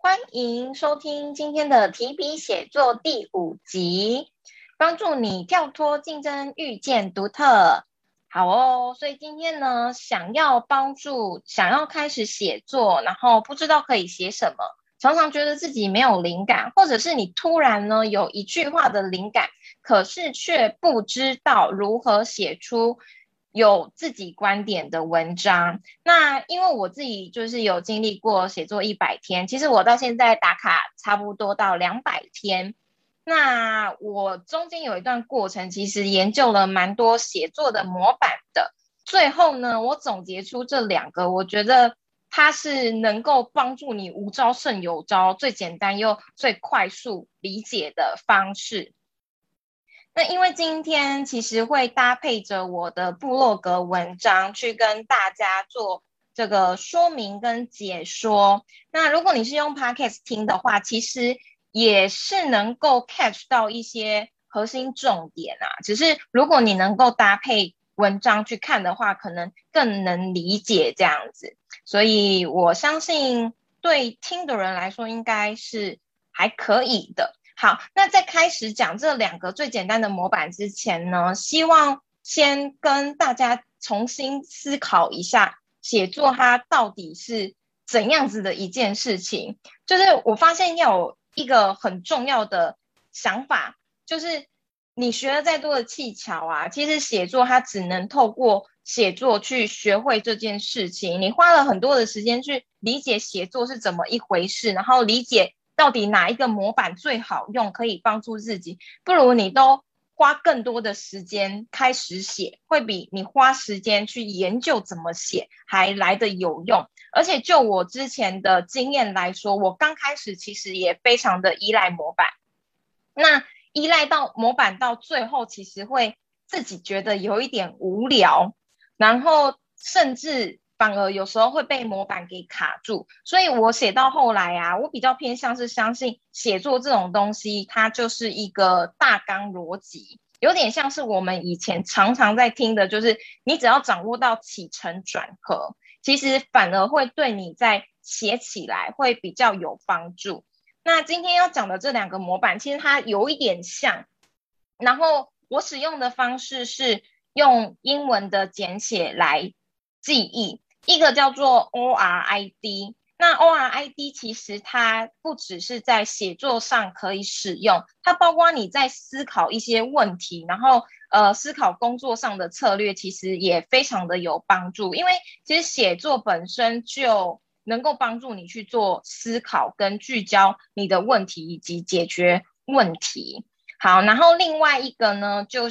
欢迎收听今天的提笔写作第5集，帮助你跳脱竞争，遇见独特。好哦，所以今天呢，想要开始写作，然后不知道可以写什么，常常觉得自己没有灵感，或者是你突然呢有一句话的灵感，可是却不知道如何写出有自己观点的文章。那因为我自己就是有经历过写作100天，其实我到现在打卡差不多到200天。那我中间有一段过程，其实研究了蛮多写作的模板的。最后呢，我总结出这2个，我觉得它是能够帮助你无招胜有招，最简单又最快速理解的方式。那因为今天其实会搭配着我的部落格文章去跟大家做这个说明跟解说。那如果你是用 Podcast 听的话，其实也是能够 catch 到一些核心重点啊。只是如果你能够搭配文章去看的话，可能更能理解这样子。所以我相信对听的人来说应该是还可以的。好，那在开始讲这2个最简单的模板之前呢，希望先跟大家重新思考一下，写作它到底是怎样子的一件事情。就是我发现要有一个很重要的想法，就是你学了再多的技巧啊，其实写作它只能透过写作去学会这件事情。你花了很多的时间去理解写作是怎么一回事，然后理解到底哪一个模板最好用，可以帮助自己，不如你都花更多的时间开始写，会比你花时间去研究怎么写还来得有用。而且就我之前的经验来说，我刚开始其实也非常的依赖模板，那依赖到模板到最后其实会自己觉得有一点无聊，然后甚至反而有时候会被模板给卡住。所以我写到后来啊，我比较偏向是相信写作这种东西，它就是一个大纲逻辑，有点像是我们以前常常在听的，就是你只要掌握到起承转合，其实反而会对你在写起来会比较有帮助。那今天要讲的这2个模板，其实它有一点像，然后我使用的方式是用英文的简写来记忆，一个叫做 ORID。那 ORID 其实它不只是在写作上可以使用，它包括你在思考一些问题，然后思考工作上的策略，其实也非常的有帮助。因为其实写作本身就能够帮助你去做思考跟聚焦你的问题以及解决问题。好，然后另外一个呢就是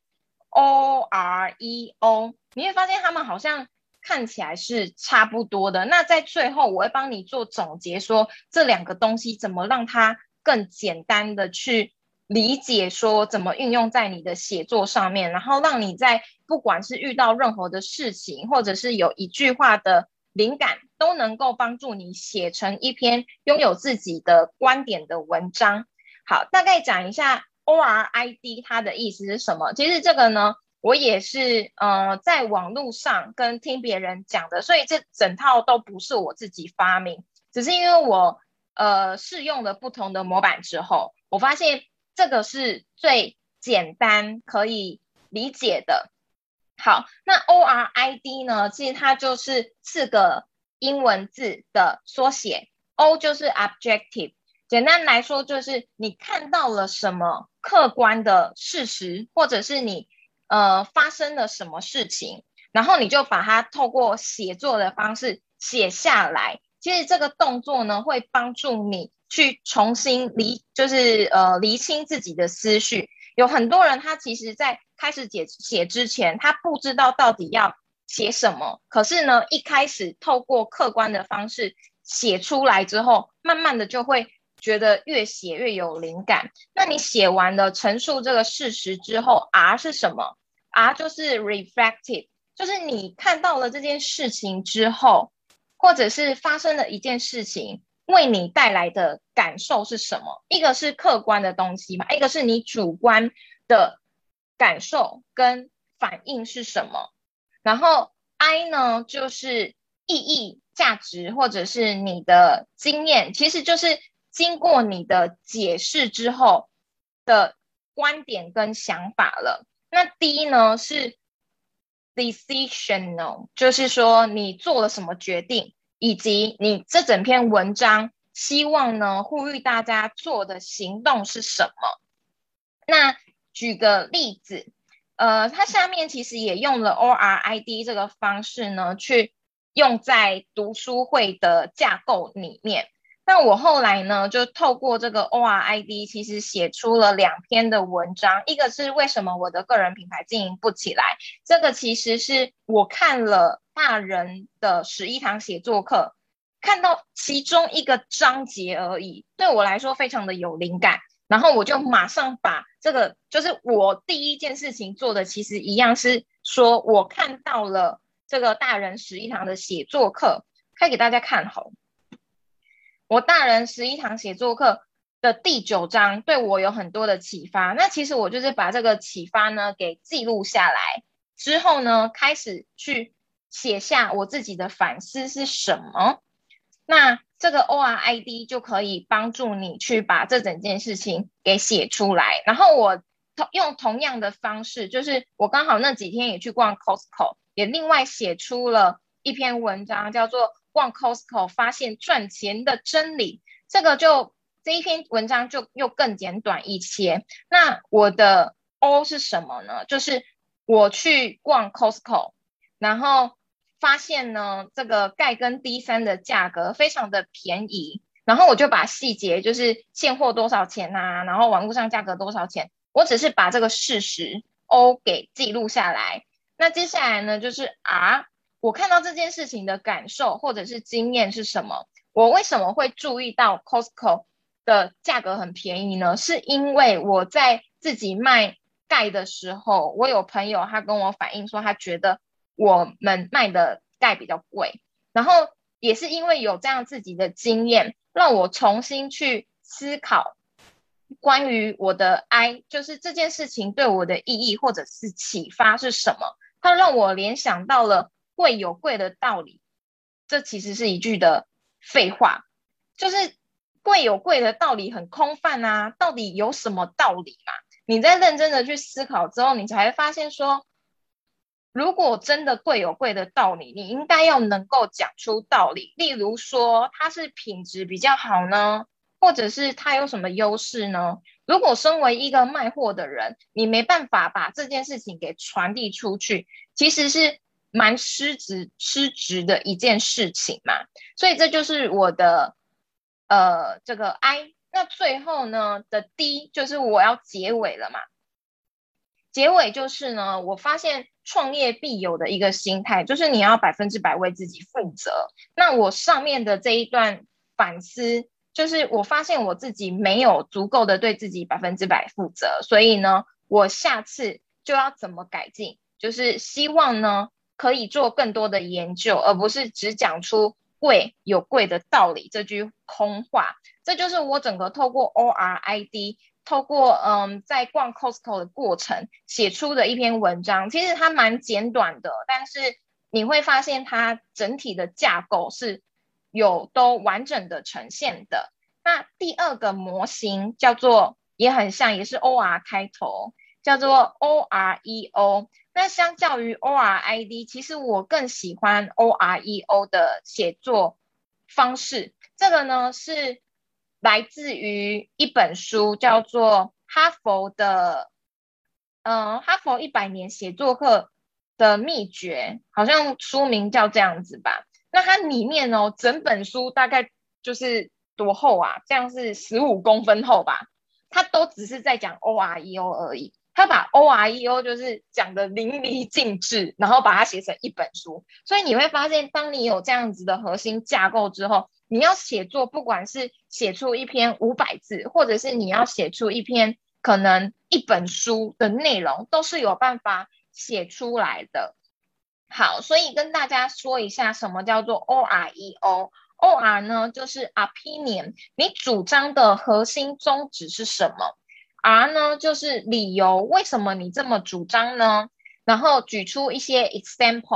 OREO， 你会发现他们好像看起来是差不多的。那在最后我会帮你做总结，说这2个东西怎么让它更简单的去理解，说怎么运用在你的写作上面，然后让你在不管是遇到任何的事情，或者是有一句话的灵感，都能够帮助你写成一篇拥有自己的观点的文章。好，大概讲一下 ORID 它的意思是什么。其实这个呢，我也是在网络上跟听别人讲的，所以这整套都不是我自己发明，只是因为我试用了不同的模板之后，我发现这个是最简单可以理解的。好，那 ORID 呢，其实它就是4个英文字的缩写。O 就是 objective， 简单来说就是你看到了什么客观的事实，或者是你发生了什么事情，然后你就把它透过写作的方式写下来。其实这个动作呢，会帮助你去重新厘清自己的思绪。有很多人他其实在开始写之前，他不知道到底要写什么，可是呢一开始透过客观的方式写出来之后，慢慢的就会觉得越写越有灵感。那你写完了陈述这个事实之后， R 是什么？ R 就是 reflective， 就是你看到了这件事情之后，或者是发生了一件事情为你带来的感受是什么？一个是客观的东西嘛，一个是你主观的感受跟反应是什么。然后 I 呢，就是意义价值或者是你的经验，其实就是经过你的解释之后的观点跟想法了。那第一呢是 decisional， 就是说你做了什么决定，以及你这整篇文章希望呢呼吁大家做的行动是什么。那举个例子，它下面其实也用了 ORID 这个方式呢，去用在读书会的架构里面。那我后来呢，就透过这个 ORID， 其实写出了2篇的文章。一个是为什么我的个人品牌经营不起来，这个其实是我看了大人的11堂写作课，看到其中一个章节而已，对我来说非常的有灵感。然后我就马上把这个，就是我第一件事情做的，其实一样是说，我看到了这个大人11堂的写作课，可以给大家看好。我大人11堂写作课的第9章对我有很多的启发。那其实我就是把这个启发呢给记录下来之后呢，开始去写下我自己的反思是什么。那这个 ORID 就可以帮助你去把这整件事情给写出来。然后我用同样的方式，就是我刚好那几天也去逛 Costco， 也另外写出了一篇文章，叫做逛 Costco 发现赚钱的真理。这一篇文章就又更简短一些。那我的 O 是什么呢？就是我去逛 Costco， 然后发现呢，这个钙跟 D3 的价格非常的便宜，然后我就把细节，就是现货多少钱啊，然后网络上价格多少钱，我只是把这个事实 O 给记录下来。那接下来呢，就是 R， 我看到这件事情的感受或者是经验是什么？我为什么会注意到 Costco 的价格很便宜呢？是因为我在自己卖钙的时候，我有朋友他跟我反映说，他觉得我们卖的钙比较贵，然后也是因为有这样自己的经验，让我重新去思考关于我的 I， 就是这件事情对我的意义或者是启发是什么。它让我联想到了贵有贵的道理，这其实是一句的废话，就是贵有贵的道理很空泛啊，到底有什么道理嘛？你在认真的去思考之后，你才会发现说，如果真的贵有贵的道理，你应该要能够讲出道理。例如说，它是品质比较好呢，或者是它有什么优势呢？如果身为一个卖货的人，你没办法把这件事情给传递出去，其实是蛮失职的一件事情嘛。所以这就是我的这个 I。那最后呢的 D 就是我要结尾了嘛。结尾就是呢，我发现创业必有的一个心态，就是你要100%为自己负责。那我上面的这一段反思，就是我发现我自己没有足够的对自己100%负责，所以呢，我下次就要怎么改进，就是希望呢可以做更多的研究，而不是只讲出贵有贵的道理这句空话。这就是我整个透过 ORID，透过在逛 Costco 的过程写出的一篇文章。其实它蛮简短的，但是你会发现它整体的架构是有都完整的呈现的。那第2个模型叫做也很像，也是 OR 开头，叫做 OREO。那相较于 ORID， 其实我更喜欢 OREO 的写作方式。这个呢是来自于一本书，叫做哈佛100年写作课的秘诀，好像书名叫这样子吧。那它里面整本书大概就是多厚啊？这样是15公分厚吧？它都只是在讲 OREO 而已。他把 OREO 就是讲的淋漓尽致，然后把它写成一本书。所以你会发现，当你有这样子的核心架构之后，你要写作，不管是写出一篇500字，或者是你要写出一篇可能一本书的内容，都是有办法写出来的。好，所以跟大家说一下什么叫做 OREO。OR 呢就是 opinion， 你主张的核心宗旨是什么？ R 呢就是理由，为什么你这么主张呢？然后举出一些 example，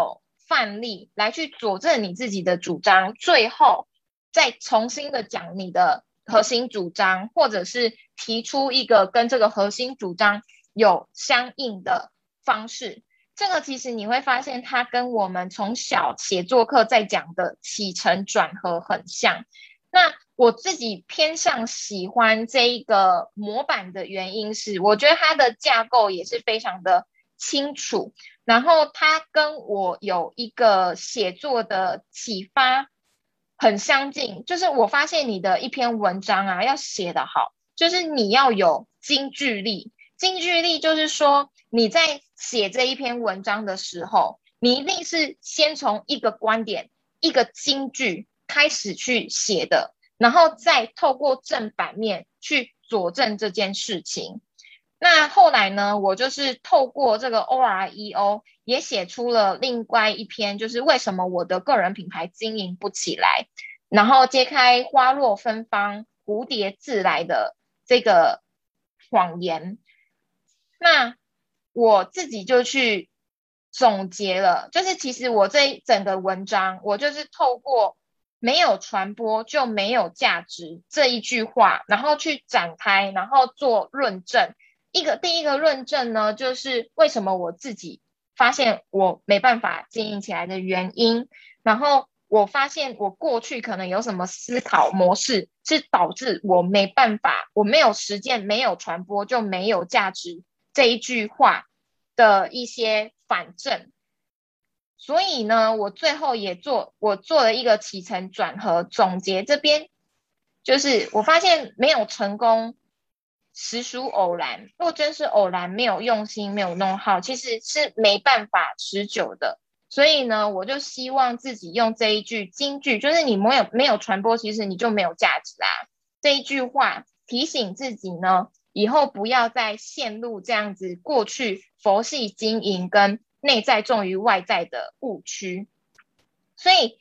范例来去佐证你自己的主张，最后再重新的讲你的核心主张，或者是提出一个跟这个核心主张有相应的方式。这个其实你会发现它跟我们从小写作课在讲的起承转合很像。那我自己偏向喜欢这一个模板的原因是，我觉得它的架构也是非常的清楚，然后它跟我有一个写作的启发很相近，就是我发现你的一篇文章啊，要写得好，就是你要有金句力。金句力就是说你在写这一篇文章的时候，你一定是先从一个观点、一个金句开始去写的，然后再透过正反面去佐证这件事情。那后来呢，我就是透过这个 OREO 也写出了另外一篇，就是为什么我的个人品牌经营不起来，然后揭开花落芬芳、蝴蝶自来的这个谎言。那我自己就去总结了，就是其实我这一整个文章，我就是透过没有传播就没有价值这一句话，然后去展开，然后做论证。第一个论证呢，就是为什么我自己发现我没办法经营起来的原因，然后我发现我过去可能有什么思考模式是导致我没办法，我没有实践，没有传播就没有价值这一句话的一些反证。所以呢，我最后我做了一个起承转合总结，这边就是我发现没有成功实属偶然，若真是偶然，没有用心，没有弄好，其实是没办法持久的。所以呢，我就希望自己用这一句金句，就是你没有传播，其实你就没有价值啦。这一句话提醒自己呢，以后不要再陷入这样子过去佛系经营跟内在重于外在的误区。所以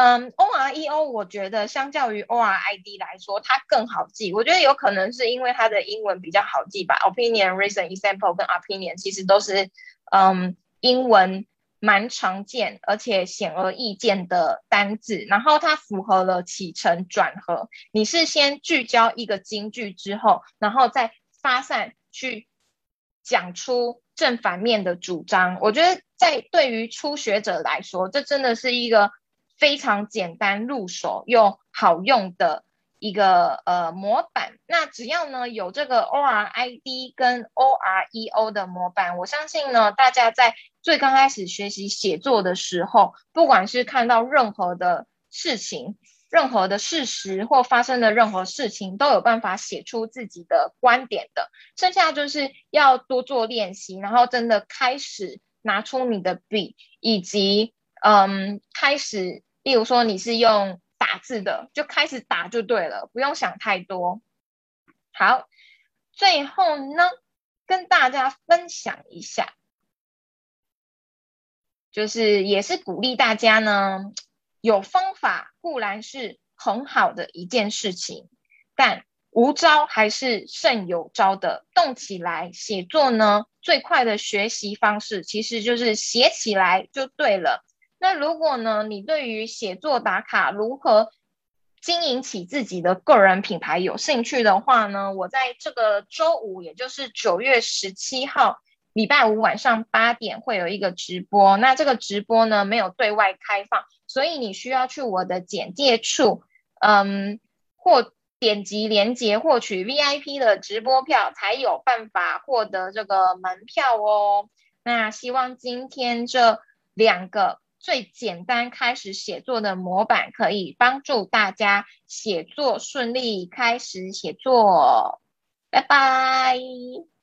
OREO 我觉得相较于 ORID 来说，它更好记。我觉得有可能是因为它的英文比较好记吧。Opinion, Reason, Example 跟 Opinion 其实都是英文蛮常见而且显而易见的单字，然后它符合了起承转合。你是先聚焦一个金句之后，然后再发散去讲出正反面的主张。我觉得对于初学者来说，这真的是一个非常简单入手又好用的一个模板。那只要呢有这个 ORID 跟 OREO 的模板，我相信呢大家在最刚开始学习写作的时候，不管是看到任何的事情、任何的事实或发生的任何事情，都有办法写出自己的观点的。剩下就是要多做练习，然后真的开始拿出你的笔，以及开始，例如说你是用打字的，就开始打就对了，不用想太多。好，最后呢，跟大家分享一下，就是也是鼓励大家呢，有方法固然是很好的一件事情，但无招还是胜有招的。动起来，写作呢，最快的学习方式其实就是写起来就对了。那如果呢，你对于写作打卡如何经营起自己的个人品牌有兴趣的话呢，我在这个周五，也就是9月17号。礼拜五晚上8点会有一个直播，那这个直播呢没有对外开放，所以你需要去我的简介处，或点击连结获取 VIP 的直播票，才有办法获得这个门票哦。那希望今天这2个最简单开始写作的模板，可以帮助大家写作顺利，开始写作。拜拜。